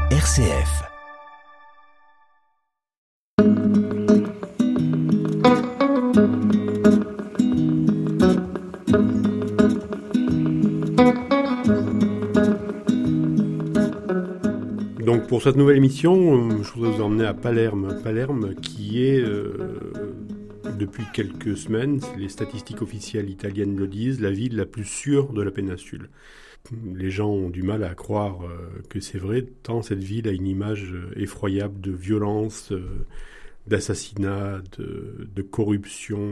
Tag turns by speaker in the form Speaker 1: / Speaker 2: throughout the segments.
Speaker 1: RCF.
Speaker 2: Donc pour cette nouvelle émission, je voudrais vous emmener à Palerme. Palerme qui est, depuis quelques semaines, les statistiques officielles italiennes le disent, la ville la plus sûre de la péninsule. Les gens ont du mal à croire que c'est vrai, tant cette ville a une image effroyable de violence, d'assassinat, de corruption,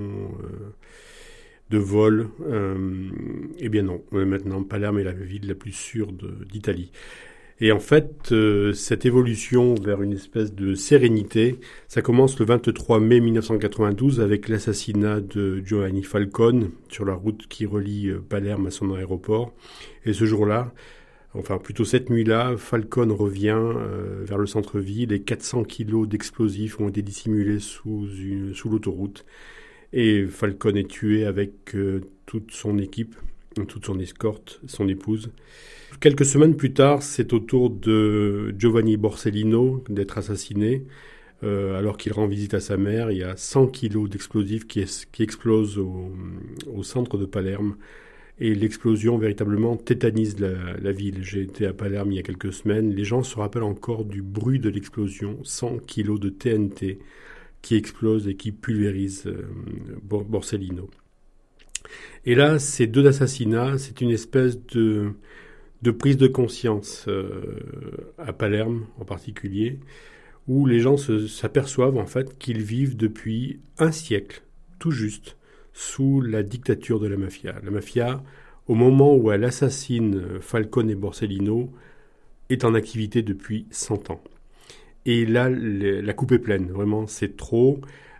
Speaker 2: de vol. Eh bien non, maintenant Palerme est la ville la plus sûre d'Italie. Et en fait, cette évolution vers une espèce de sérénité, ça commence le 23 mai 1992 avec l'assassinat de Giovanni Falcone sur la route qui relie Palerme à son aéroport. Et ce jour-là, enfin plutôt cette nuit-là, Falcone revient vers le centre-ville et 400 kilos d'explosifs ont été dissimulés sous l'autoroute. Et Falcone est tué avec toute son équipe, toute son escorte, son épouse. Quelques semaines plus tard, c'est au tour de Giovanni Borsellino d'être assassiné. Alors qu'il rend visite à sa mère, il y a 100 kilos d'explosifs qui explosent au centre de Palerme. Et l'explosion véritablement tétanise la ville. J'ai été à Palerme il y a quelques semaines. Les gens se rappellent encore du bruit de l'explosion. 100 kilos de TNT qui explose et qui pulvérise Borsellino. Et là, ces deux assassinats, c'est une espèce de prise de conscience à Palerme en particulier, où les gens s'aperçoivent en fait qu'ils vivent depuis un siècle, tout juste, sous la dictature de la mafia. La mafia, au moment où elle assassine Falcone et Borsellino, est en activité depuis 100 ans. Et là, la coupe est pleine, vraiment, c'est trop.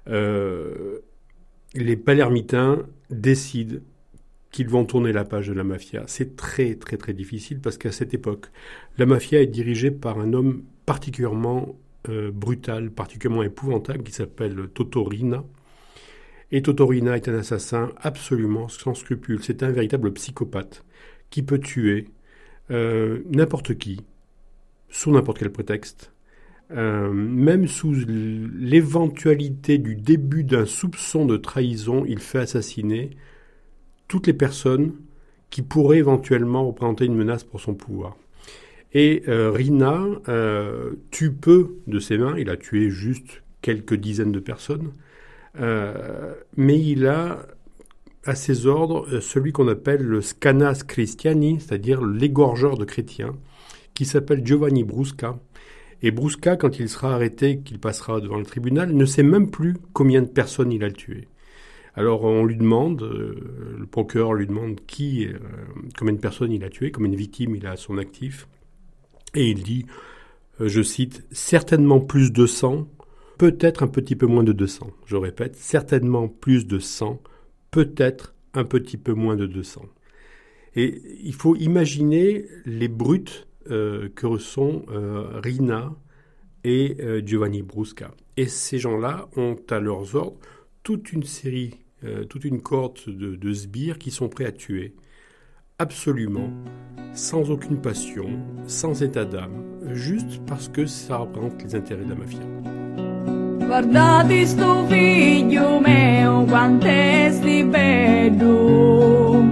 Speaker 2: Les Palermitains décident qu'ils vont tourner la page de la mafia. C'est très, très, très difficile parce qu'à cette époque, la mafia est dirigée par un homme particulièrement brutal, particulièrement épouvantable, qui s'appelle Totò Riina. Et Totò Riina est un assassin absolument sans scrupules. C'est un véritable psychopathe qui peut tuer n'importe qui, sous n'importe quel prétexte, même sous l'éventualité du début d'un soupçon de trahison, il fait assassiner toutes les personnes qui pourraient éventuellement représenter une menace pour son pouvoir. Et Riina tue peu de ses mains, il a tué juste quelques dizaines de personnes, mais il a à ses ordres celui qu'on appelle le scanas Christiani, c'est-à-dire l'égorgeur de chrétiens, qui s'appelle Giovanni Brusca. Et Brusca, quand il sera arrêté, qu'il passera devant le tribunal, ne sait même plus combien de personnes il a tué. Alors on lui demande, le procureur lui demande combien de personnes il a tué, combien de victimes il a à son actif. Et il dit, je cite, « certainement plus de 100, peut-être un petit peu moins de 200 ». Je répète, certainement plus de 100, peut-être un petit peu moins de 200. Et il faut imaginer les brutes que sont Riina et Giovanni Brusca. Et ces gens-là ont à leurs ordres toute une série, toute une cohorte de sbires qui sont prêts à tuer, absolument, sans aucune passion, sans état d'âme, juste parce que ça représente les intérêts de la mafia.
Speaker 3: Guardate sto figlio mio, quant'è stupendo,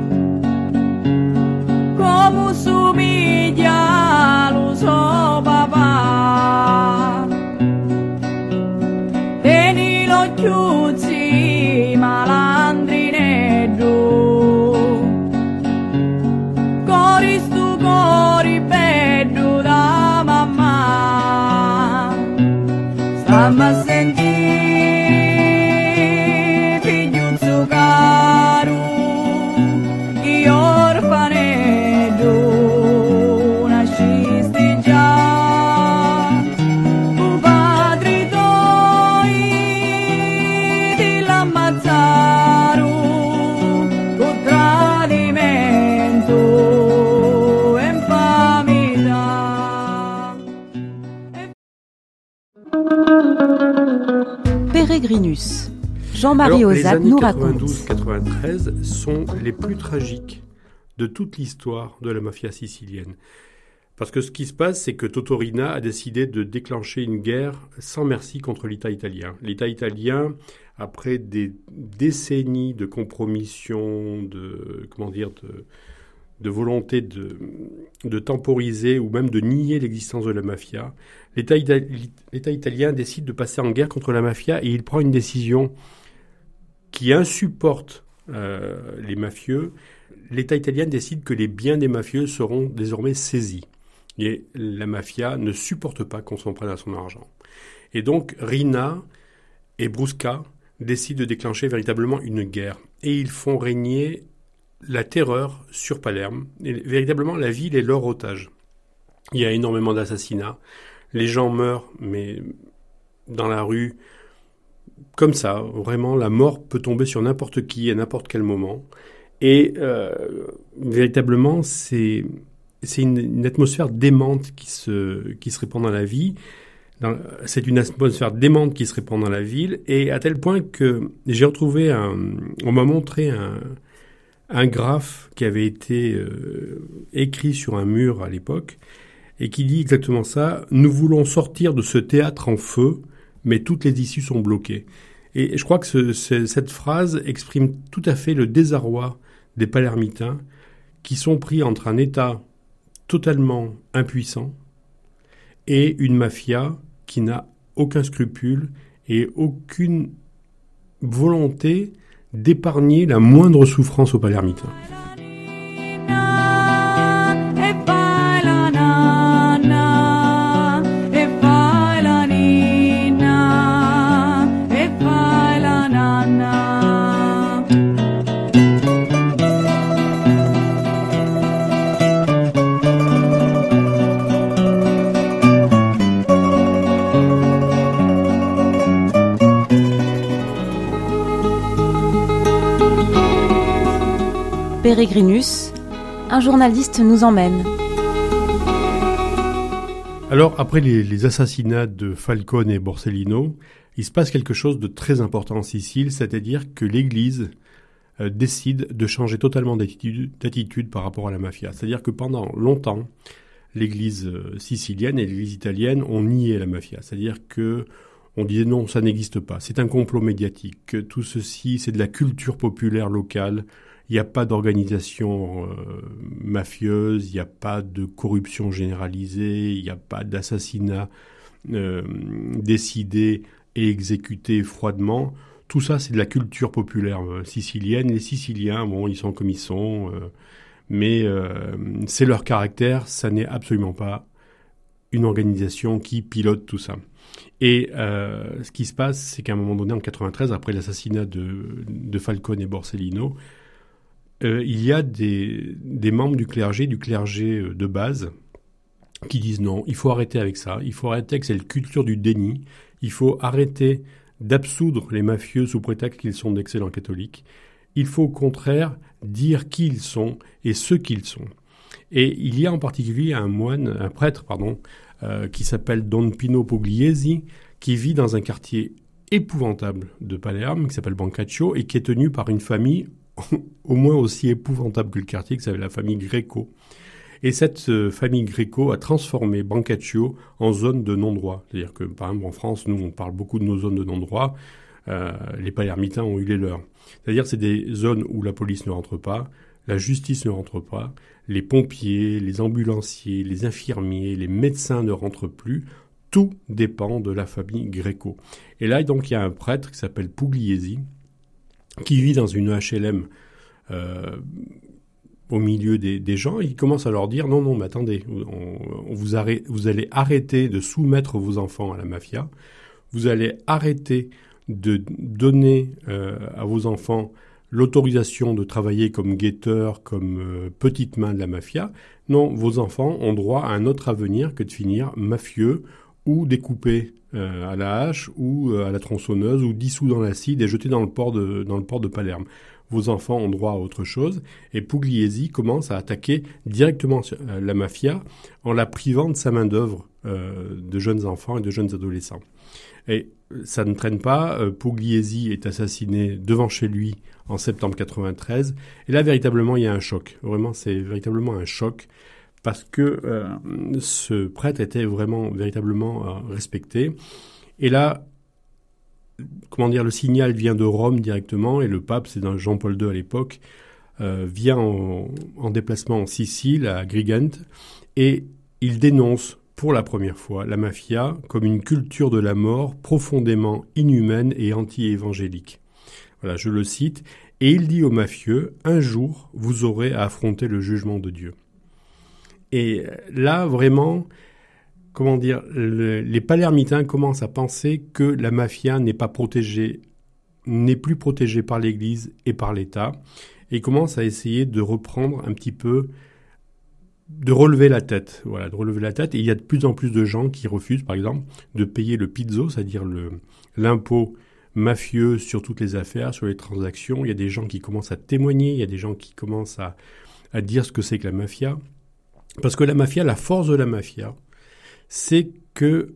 Speaker 3: come somiglia lo so papà, tieni l'occhio malandrineddo, cori stu cori bello da mamma, stamma a sentire figliuzzo caro, chi orfaneddo nascisti già, tu padri tuoi ti l'ammazzarono con tradimento e infamità.
Speaker 4: Peregrinus. Jean-Marie Ozat nous raconte.
Speaker 2: Les années 92-93 sont les plus tragiques de toute l'histoire de la mafia sicilienne. Parce que ce qui se passe, c'est que Totorina a décidé de déclencher une guerre sans merci contre l'État italien. L'État italien, après des décennies de compromission, de volonté de temporiser ou même de nier l'existence de la mafia, l'État italien décide de passer en guerre contre la mafia et il prend une décision qui insupporte les mafieux. L'État italien décide que les biens des mafieux seront désormais saisis. Et la mafia ne supporte pas qu'on s'en prenne à son argent. Et donc Rina et Brusca décident de déclencher véritablement une guerre. Et ils font régner la terreur sur Palerme. Et véritablement, la ville est leur otage. Il y a énormément d'assassinats. Les gens meurent, mais dans la rue, comme ça. Vraiment, la mort peut tomber sur n'importe qui à n'importe quel moment. Et véritablement, c'est une atmosphère démente qui se répand dans la vie. C'est une atmosphère démente qui se répand dans la ville. Et à tel point que j'ai retrouvé on m'a montré un graphe qui avait été écrit sur un mur à l'époque et qui dit exactement ça. Nous voulons sortir de ce théâtre en feu, mais toutes les issues sont bloquées. Et je crois que cette phrase exprime tout à fait le désarroi des Palermitains qui sont pris entre un État totalement impuissant et une mafia qui n'a aucun scrupule et aucune volonté d'épargner la moindre souffrance aux Palermitains.
Speaker 4: Peregrinus, un journaliste nous emmène.
Speaker 2: Alors, après les assassinats de Falcone et Borsellino, il se passe quelque chose de très important en Sicile, c'est-à-dire que l'Église décide de changer totalement d'attitude par rapport à la mafia. C'est-à-dire que pendant longtemps, l'Église sicilienne et l'Église italienne ont nié la mafia. C'est-à-dire que on disait non, ça n'existe pas. C'est un complot médiatique. Tout ceci, c'est de la culture populaire locale. Il n'y a pas d'organisation mafieuse, il n'y a pas de corruption généralisée, il n'y a pas d'assassinat décidé et exécuté froidement. Tout ça, c'est de la culture populaire sicilienne. Les Siciliens, bon, ils sont comme ils sont, mais c'est leur caractère. Ça n'est absolument pas une organisation qui pilote tout ça. Et ce qui se passe, c'est qu'à un moment donné, en 93, après l'assassinat de Falcone et Borsellino, il y a des membres du clergé de base, qui disent non, il faut arrêter avec ça, il faut arrêter avec cette culture du déni, il faut arrêter d'absoudre les mafieux sous prétexte qu'ils sont d'excellents catholiques, il faut au contraire dire qui ils sont et ce qu'ils sont. Et il y a en particulier un prêtre, qui s'appelle Don Pino Pugliesi, qui vit dans un quartier épouvantable de Palerme, qui s'appelle Brancaccio, et qui est tenu par une famille au moins aussi épouvantable que le quartier, qui s'appelle la famille Greco. Et cette famille Greco a transformé Brancaccio en zone de non-droit. C'est-à-dire que, par exemple, en France, nous, on parle beaucoup de nos zones de non-droit. Les Palermitains ont eu les leurs. C'est-à-dire que c'est des zones où la police ne rentre pas, la justice ne rentre pas, les pompiers, les ambulanciers, les infirmiers, les médecins ne rentrent plus. Tout dépend de la famille Greco. Et là, donc, il y a un prêtre qui s'appelle Pugliesi, qui vit dans une HLM au milieu des gens, et il commence à leur dire « Non, mais attendez, vous allez arrêter de soumettre vos enfants à la mafia, vous allez arrêter de donner à vos enfants l'autorisation de travailler comme guetteurs, comme petites mains de la mafia. Non, vos enfants ont droit à un autre avenir que de finir mafieux ou découpés à la hache ou à la tronçonneuse ou dissous dans l'acide et jetés dans le port de Palerme. Vos enfants ont droit à autre chose. Et Pugliesi commence à attaquer directement la mafia en la privant de sa main-d'œuvre de jeunes enfants et de jeunes adolescents. Et ça ne traîne pas. Pugliesi est assassiné devant chez lui en septembre 93. Et là, véritablement, il y a un choc. Vraiment, c'est véritablement un choc parce que ce prêtre était véritablement respecté. Et là, le signal vient de Rome directement, et le pape, c'est Jean-Paul II à l'époque, vient en déplacement en Sicile, à Agrigent, et il dénonce pour la première fois la mafia comme une culture de la mort profondément inhumaine et anti-évangélique. Voilà, je le cite, et il dit aux mafieux, un jour, vous aurez à affronter le jugement de Dieu. Et là, vraiment, les palermitains commencent à penser que la mafia n'est plus protégée par l'Église et par l'État, et ils commencent à essayer de reprendre un petit peu, de relever la tête. Voilà, de relever la tête. Et il y a de plus en plus de gens qui refusent, par exemple, de payer le pizzo, c'est-à-dire l'impôt mafieux sur toutes les affaires, sur les transactions. Il y a des gens qui commencent à témoigner, il y a des gens qui commencent à dire ce que c'est que la mafia. Parce que la mafia, la force de la mafia, c'est que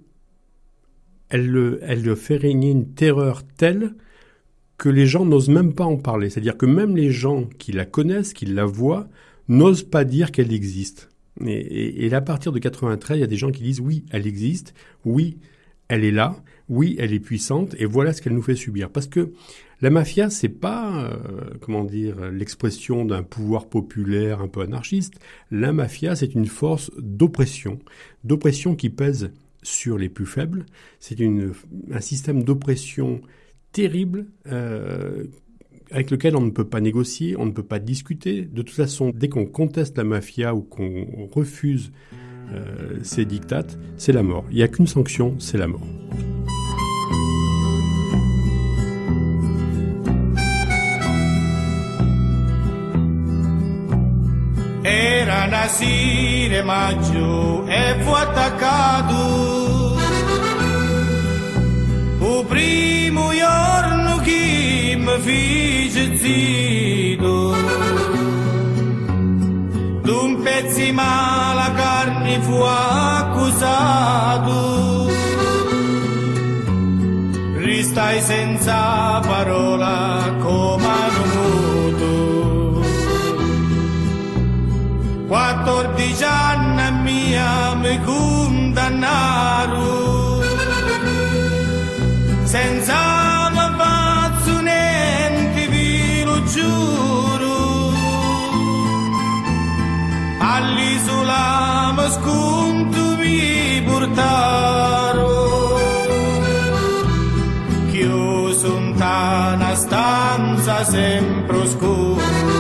Speaker 2: elle fait régner une terreur telle que les gens n'osent même pas en parler. C'est-à-dire que même les gens qui la connaissent, qui la voient, n'osent pas dire qu'elle existe. Et à partir de 93, il y a des gens qui disent oui, elle existe, oui, elle est là, oui, elle est puissante, et voilà ce qu'elle nous fait subir. Parce que la mafia, c'est pas, l'expression d'un pouvoir populaire un peu anarchiste. La mafia, c'est une force d'oppression qui pèse sur les plus faibles. C'est un système d'oppression terrible, avec lequel on ne peut pas négocier, on ne peut pas discuter. De toute façon, dès qu'on conteste la mafia ou qu'on refuse ses dictates, c'est la mort. Il n'y a qu'une sanction, c'est la mort.
Speaker 1: Era nasire maggio e fu attaccato o primo giorno che mi fece zitto d'un pezzi mala carne fu accusato ristai senza parola come muto 14 anni mia mi condannarono senza mi faccio niente vi lo giuro all'isola mi sconto mi portarono chiuso in una stanza sempre oscura.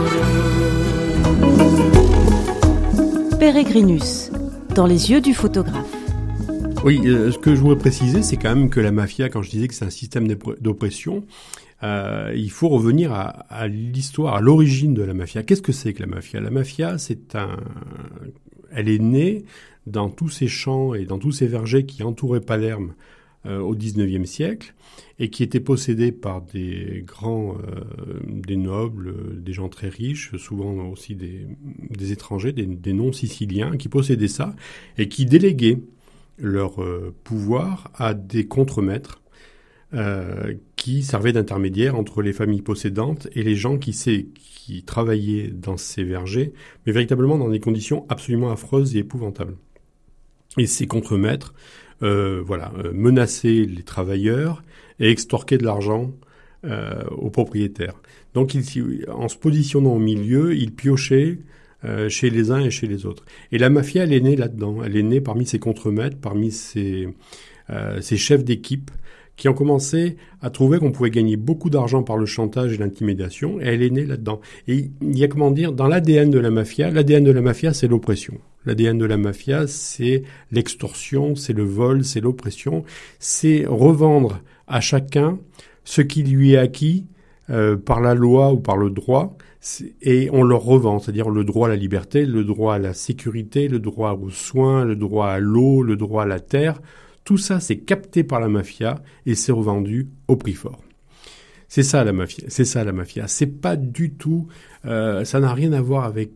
Speaker 4: Peregrinus, dans les yeux du photographe.
Speaker 2: Oui, ce que je voudrais préciser, c'est quand même que la mafia, quand je disais que c'est un système d'oppression, il faut revenir à l'histoire, à l'origine de la mafia. Qu'est-ce que c'est que la mafia ? La mafia, elle est née dans tous ces champs et dans tous ces vergers qui entouraient Palerme au XIXe siècle et qui étaient possédés par des grands, des nobles, des gens très riches, souvent aussi des étrangers, des non-siciliens qui possédaient ça et qui déléguaient leur pouvoir à des contremaîtres qui servaient d'intermédiaires entre les familles possédantes et les gens qui travaillaient dans ces vergers, mais véritablement dans des conditions absolument affreuses et épouvantables. Et ces contremaîtres menaçaient les travailleurs et extorquaient de l'argent aux propriétaires. Donc, en se positionnant au milieu, ils piochaient chez les uns et chez les autres. Et la mafia, elle est née là-dedans. Elle est née parmi ces contremaîtres, parmi ces chefs d'équipe qui ont commencé à trouver qu'on pouvait gagner beaucoup d'argent par le chantage et l'intimidation, et elle est née là-dedans. Et il y a, dans l'ADN de la mafia, c'est l'oppression. L'ADN de la mafia, c'est l'extorsion, c'est le vol, c'est l'oppression, c'est revendre à chacun ce qui lui est acquis par la loi ou par le droit, et on leur revend, c'est-à-dire le droit à la liberté, le droit à la sécurité, le droit aux soins, le droit à l'eau, le droit à la terre. Tout ça, c'est capté par la mafia et c'est revendu au prix fort. C'est ça la mafia. C'est pas du tout. Ça n'a rien à voir avec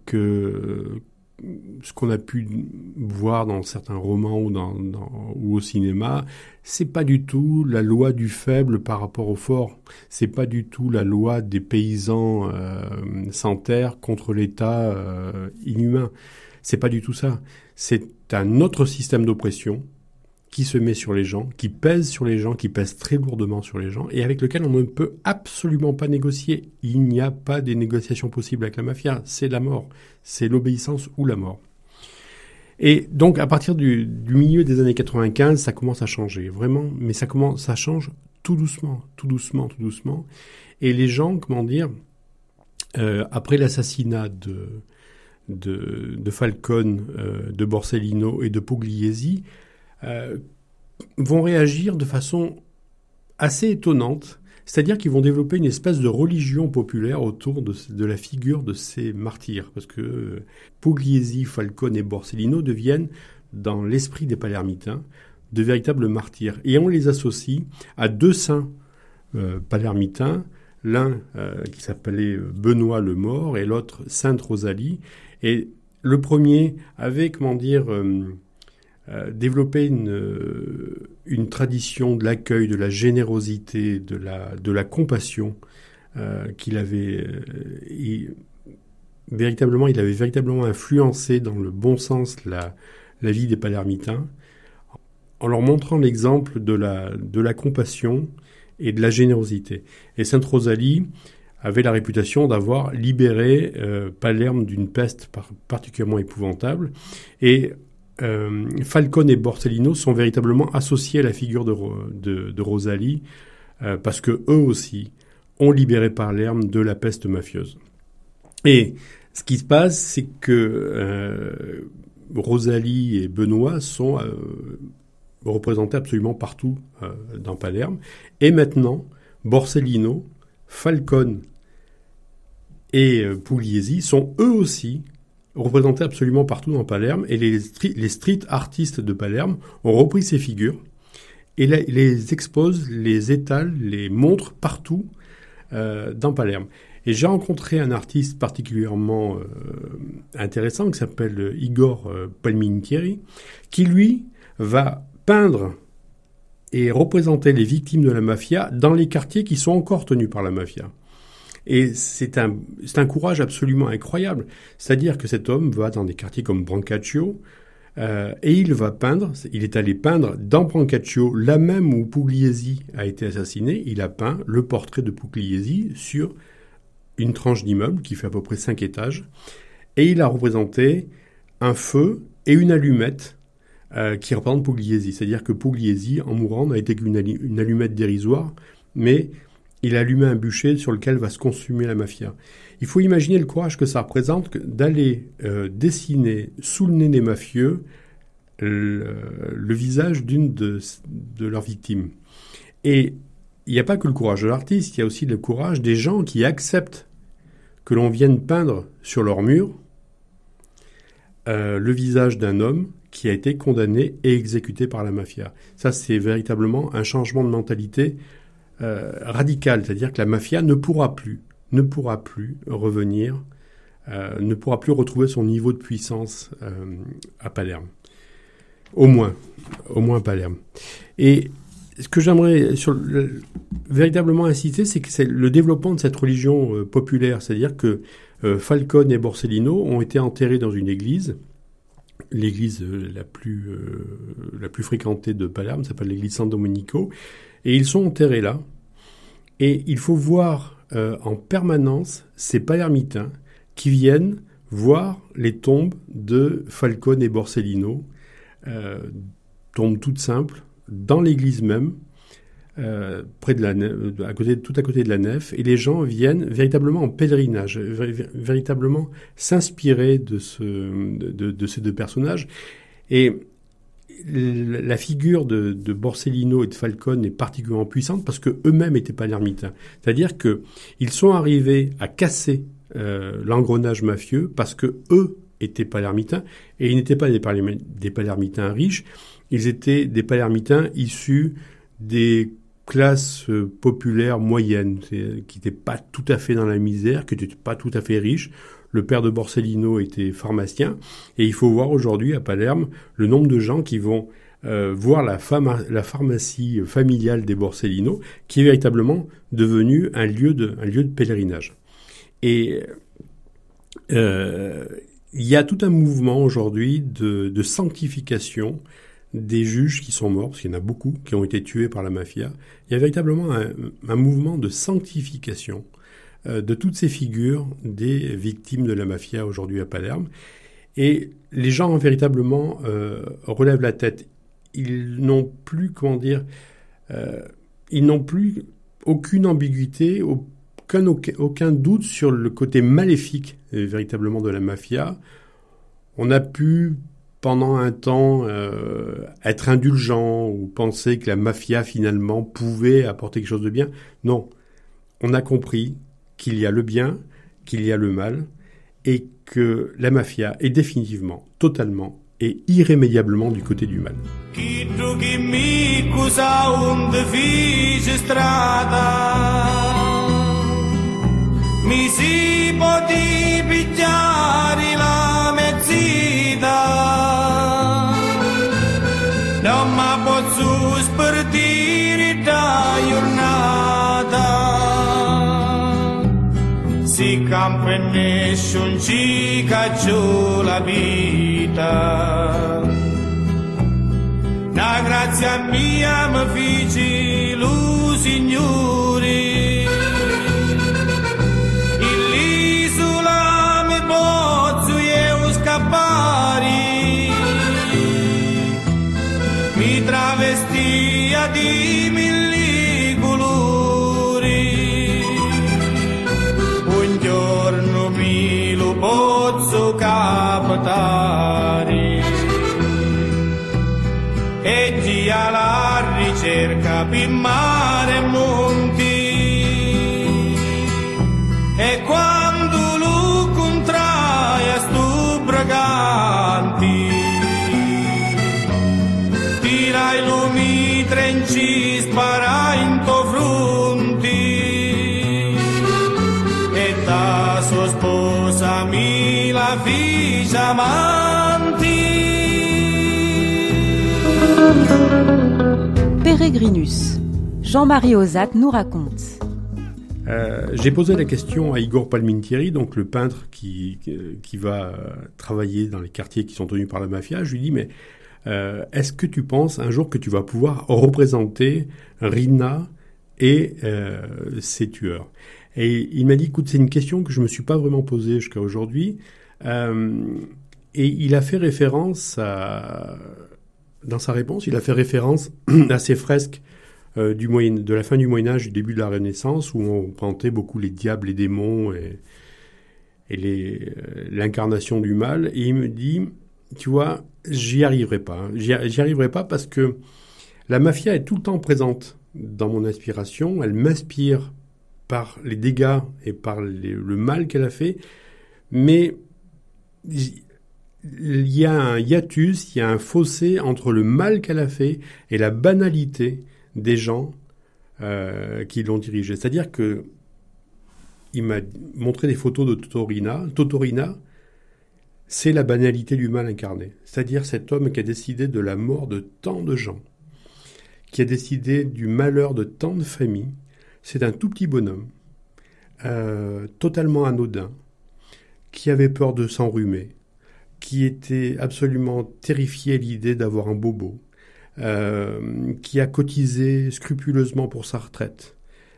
Speaker 2: ce qu'on a pu voir dans certains romans ou au cinéma. C'est pas du tout la loi du faible par rapport au fort. C'est pas du tout la loi des paysans sans terre contre l'État inhumain. C'est pas du tout ça. C'est un autre système d'oppression qui se met sur les gens, qui pèse sur les gens, qui pèse très lourdement sur les gens, et avec lequel on ne peut absolument pas négocier. Il n'y a pas des négociations possibles avec la mafia. C'est la mort. C'est l'obéissance ou la mort. Et donc, à partir du milieu des années 95, ça commence à changer, vraiment. Mais ça change tout doucement. Et les gens, après l'assassinat de Falcone, de Borsellino et de Pugliesi, vont réagir de façon assez étonnante. C'est-à-dire qu'ils vont développer une espèce de religion populaire autour de la figure de ces martyrs. Parce que Pugliesi, Falcone et Borsellino deviennent, dans l'esprit des Palermitains, de véritables martyrs. Et on les associe à deux saints palermitains, l'un qui s'appelait Benoît le Mort et l'autre Sainte Rosalie. Et le premier avait, développer une tradition de l'accueil, de la générosité, de la compassion qu'il avait il avait véritablement influencé dans le bon sens la vie des Palermitains, en leur montrant l'exemple de la compassion et de la générosité. Et Sainte Rosalie avait la réputation d'avoir libéré Palerme d'une peste particulièrement épouvantable. Et Falcone et Borsellino sont véritablement associés à la figure de Rosalie parce que eux aussi ont libéré Palerme de la peste mafieuse. Et ce qui se passe, c'est que Rosalie et Benoît sont représentés absolument partout dans Palerme. Et maintenant, Borsellino, Falcone et Pugliesi sont eux aussi représentés absolument partout dans Palerme, et les street artistes de Palerme ont repris ces figures et les exposent, les étalent, les montrent partout dans Palerme. Et j'ai rencontré un artiste particulièrement intéressant qui s'appelle Igor Palminteri, qui lui va peindre et représenter les victimes de la mafia dans les quartiers qui sont encore tenus par la mafia. Et c'est un courage absolument incroyable. C'est-à-dire que cet homme va dans des quartiers comme Brancaccio et il est allé peindre dans Brancaccio, là même où Pugliesi a été assassiné, il a peint le portrait de Pugliesi sur une tranche d'immeuble qui fait à peu près 5 étages. Et il a représenté un feu et une allumette qui représentent Pugliesi. C'est-à-dire que Pugliesi, en mourant, n'a été qu'une allumette dérisoire, mais il a allumé un bûcher sur lequel va se consumer la mafia. Il faut imaginer le courage que ça représente d'aller dessiner sous le nez des mafieux le visage d'une de leurs victimes. Et il n'y a pas que le courage de l'artiste, il y a aussi le courage des gens qui acceptent que l'on vienne peindre sur leur mur le visage d'un homme qui a été condamné et exécuté par la mafia. Ça, c'est véritablement un changement de mentalité radical, c'est-à-dire que la mafia ne pourra plus revenir, ne pourra plus retrouver son niveau de puissance à Palerme. Au moins à Palerme. Et ce que j'aimerais véritablement insister, c'est que c'est le développement de cette religion populaire, c'est-à-dire que Falcone et Borsellino ont été enterrés dans une église, l'église la plus fréquentée de Palerme, s'appelle l'église San Domenico, et ils sont enterrés là. Et il faut voir en permanence ces Palermitains qui viennent voir les tombes de Falcone et Borsellino, tombes toutes simples, dans l'église même, près de la nef, tout à côté de la nef, et les gens viennent véritablement en pèlerinage, véritablement s'inspirer de ces deux personnages. Et la figure de Borsellino et de Falcone est particulièrement puissante parce que eux-mêmes étaient palermitains. C'est-à-dire que ils sont arrivés à casser l'engrenage mafieux parce que eux étaient palermitains, et ils n'étaient pas des palermitains riches, ils étaient des palermitains issus des classes populaires moyennes, qui n'étaient pas tout à fait dans la misère, qui n'étaient pas tout à fait riches. Le père de Borsellino était pharmacien, et il faut voir aujourd'hui à Palerme le nombre de gens qui vont voir la pharmacie familiale des Borsellino, qui est véritablement devenue un lieu de pèlerinage. Et il y a tout un mouvement aujourd'hui de sanctification des juges qui sont morts, parce qu'il y en a beaucoup qui ont été tués par la mafia. Il y a véritablement un mouvement de sanctification de toutes ces figures des victimes de la mafia aujourd'hui à Palerme. Et les gens véritablement relèvent la tête. Ils n'ont plus, ils n'ont plus aucune ambiguïté, aucun doute sur le côté maléfique véritablement de la mafia. On a pu, pendant un temps, être indulgent ou penser que la mafia finalement pouvait apporter quelque chose de bien. Non, on a compris qu'il y a le bien, qu'il y a le mal, et que la mafia est définitivement, totalement et irrémédiablement du côté du mal.
Speaker 1: Chi tu chi mi cusa un defice strada mi si poti pigliare la mezzita non ma posso spartire da giornata si campo e nessun ci caccio la vita. La grazia mia mi fece lo Signore, l'isola mi pozzo io scappare, mi travestia di mille colori, un giorno mi lo pozzo captare. E gia alla ricerca per mare e monti e quando lo contrai a stu braganti tirai lo mitre in ci spara in to fronti e da sua sposa mi la figlia amanti.
Speaker 4: Peregrinus. Jean-Marie Ozat nous raconte.
Speaker 2: J'ai posé la question à Igor Palmintieri, donc le peintre qui va travailler dans les quartiers qui sont tenus par la mafia. Je lui dis, mais est-ce que tu penses un jour que tu vas pouvoir représenter Rina et ses tueurs? Et il m'a dit, écoute, c'est une question que je me suis pas vraiment posée jusqu'à aujourd'hui. Et il a fait référence dans sa réponse, il a fait référence à ces fresques de la fin du Moyen-Âge, du début de la Renaissance, où on représentait beaucoup les diables, les démons et l'incarnation du mal. Et il me dit, tu vois, j'y arriverai pas. J'y arriverai pas parce que la mafia est tout le temps présente dans mon inspiration. Elle m'inspire par les dégâts et par le mal qu'elle a fait. Mais il y a un hiatus, il y a un fossé entre le mal qu'elle a fait et la banalité des gens qui l'ont dirigée. C'est-à-dire que il m'a montré des photos de Totorina. Totorina, c'est la banalité du mal incarné. C'est-à-dire cet homme qui a décidé de la mort de tant de gens, qui a décidé du malheur de tant de familles. C'est un tout petit bonhomme, totalement anodin, qui avait peur de s'enrhumer, qui était absolument terrifié à l'idée d'avoir un bobo, qui a cotisé scrupuleusement pour sa retraite,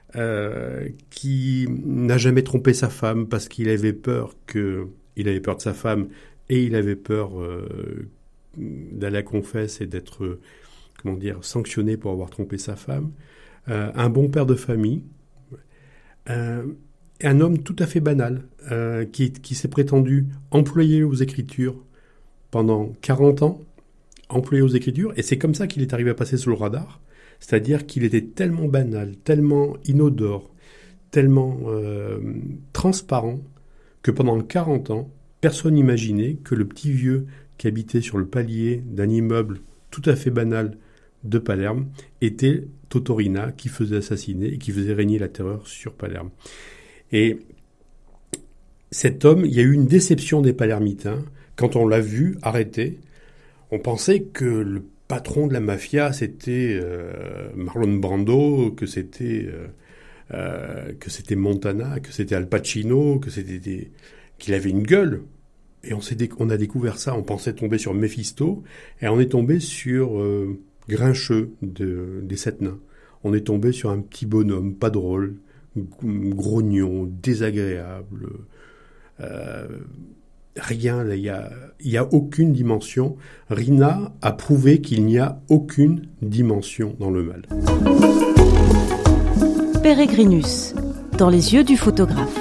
Speaker 2: qui n'a jamais trompé sa femme parce qu'il avait peur de sa femme et il avait peur d'aller à confesse et d'être sanctionné pour avoir trompé sa femme. Un bon père de famille, un homme tout à fait banal, qui s'est prétendu employé aux Écritures pendant 40 ans, employé aux Écritures, et c'est comme ça qu'il est arrivé à passer sous le radar, c'est-à-dire qu'il était tellement banal, tellement inodore, tellement transparent, que pendant 40 ans, personne n'imaginait que le petit vieux qui habitait sur le palier d'un immeuble tout à fait banal de Palerme était Totorina, qui faisait assassiner et qui faisait régner la terreur sur Palerme. Et cet homme, il y a eu une déception des Palermitains. Quand on l'a vu arrêté, on pensait que le patron de la mafia, c'était Marlon Brando, que c'était Montana, que c'était Al Pacino, qu'il avait une gueule. Et on a découvert ça, on pensait tomber sur Méphisto, et on est tombé sur Grincheux des Sept Nains. On est tombé sur un petit bonhomme, pas drôle, grognon, désagréable. Rien, il y a aucune dimension. Rina a prouvé qu'il n'y a aucune dimension dans le mal.
Speaker 4: Peregrinus, dans les yeux du photographe.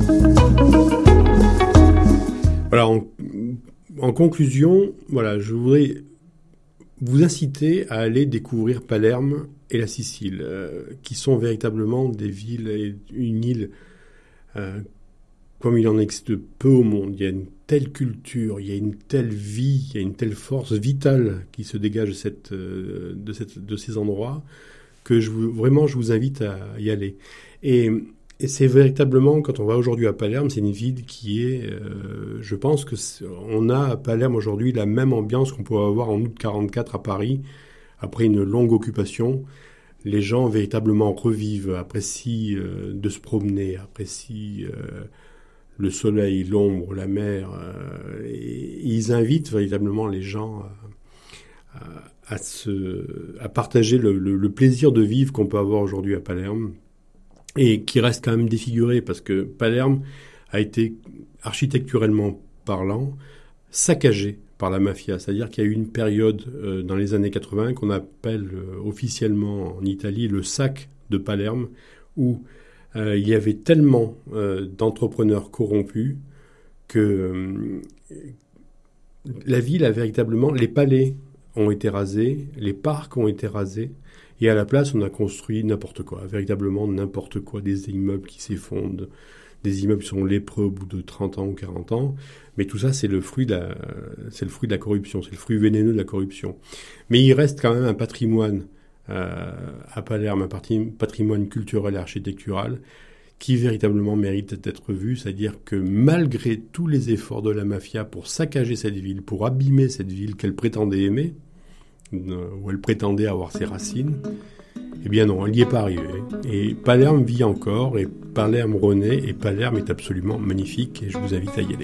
Speaker 2: Voilà, en conclusion, voilà, je voudrais vous inciter à aller découvrir Palerme et la Sicile, qui sont véritablement des villes et une île comme il en existe peu au monde. Il y a une telle culture, il y a une telle vie, il y a une telle force vitale qui se dégage de ces endroits que je vous invite à y aller. Et c'est véritablement, quand on va aujourd'hui à Palerme, c'est une ville qui est, je pense que on a à Palerme aujourd'hui la même ambiance qu'on pouvait avoir en août 44 à Paris, après une longue occupation. Les gens véritablement revivent, apprécient de se promener, apprécient le soleil, l'ombre, la mer. Et ils invitent véritablement les gens à partager le plaisir de vivre qu'on peut avoir aujourd'hui à Palerme, et qui reste quand même défiguré, parce que Palerme a été, architecturellement parlant, saccagé par la mafia. C'est-à-dire qu'il y a eu une période dans les années 80 qu'on appelle officiellement en Italie le sac de Palerme, où il y avait tellement d'entrepreneurs corrompus que la ville a véritablement... Les palais ont été rasés, les parcs ont été rasés, et à la place, on a construit n'importe quoi, véritablement n'importe quoi, des immeubles qui s'effondrent, des immeubles qui sont lépreux au bout de 30 ans ou 40 ans. Mais tout ça, c'est le fruit de la corruption, c'est le fruit vénéneux de la corruption. Mais il reste quand même un patrimoine à Palerme, un patrimoine culturel et architectural qui véritablement mérite d'être vu. C'est-à-dire que malgré tous les efforts de la mafia pour saccager cette ville, pour abîmer cette ville qu'elle prétendait aimer, où elle prétendait avoir ses racines, eh bien non, elle n'y est pas arrivée. Et Palerme vit encore, et Palerme renaît, et Palerme est absolument magnifique, et je vous invite à y aller.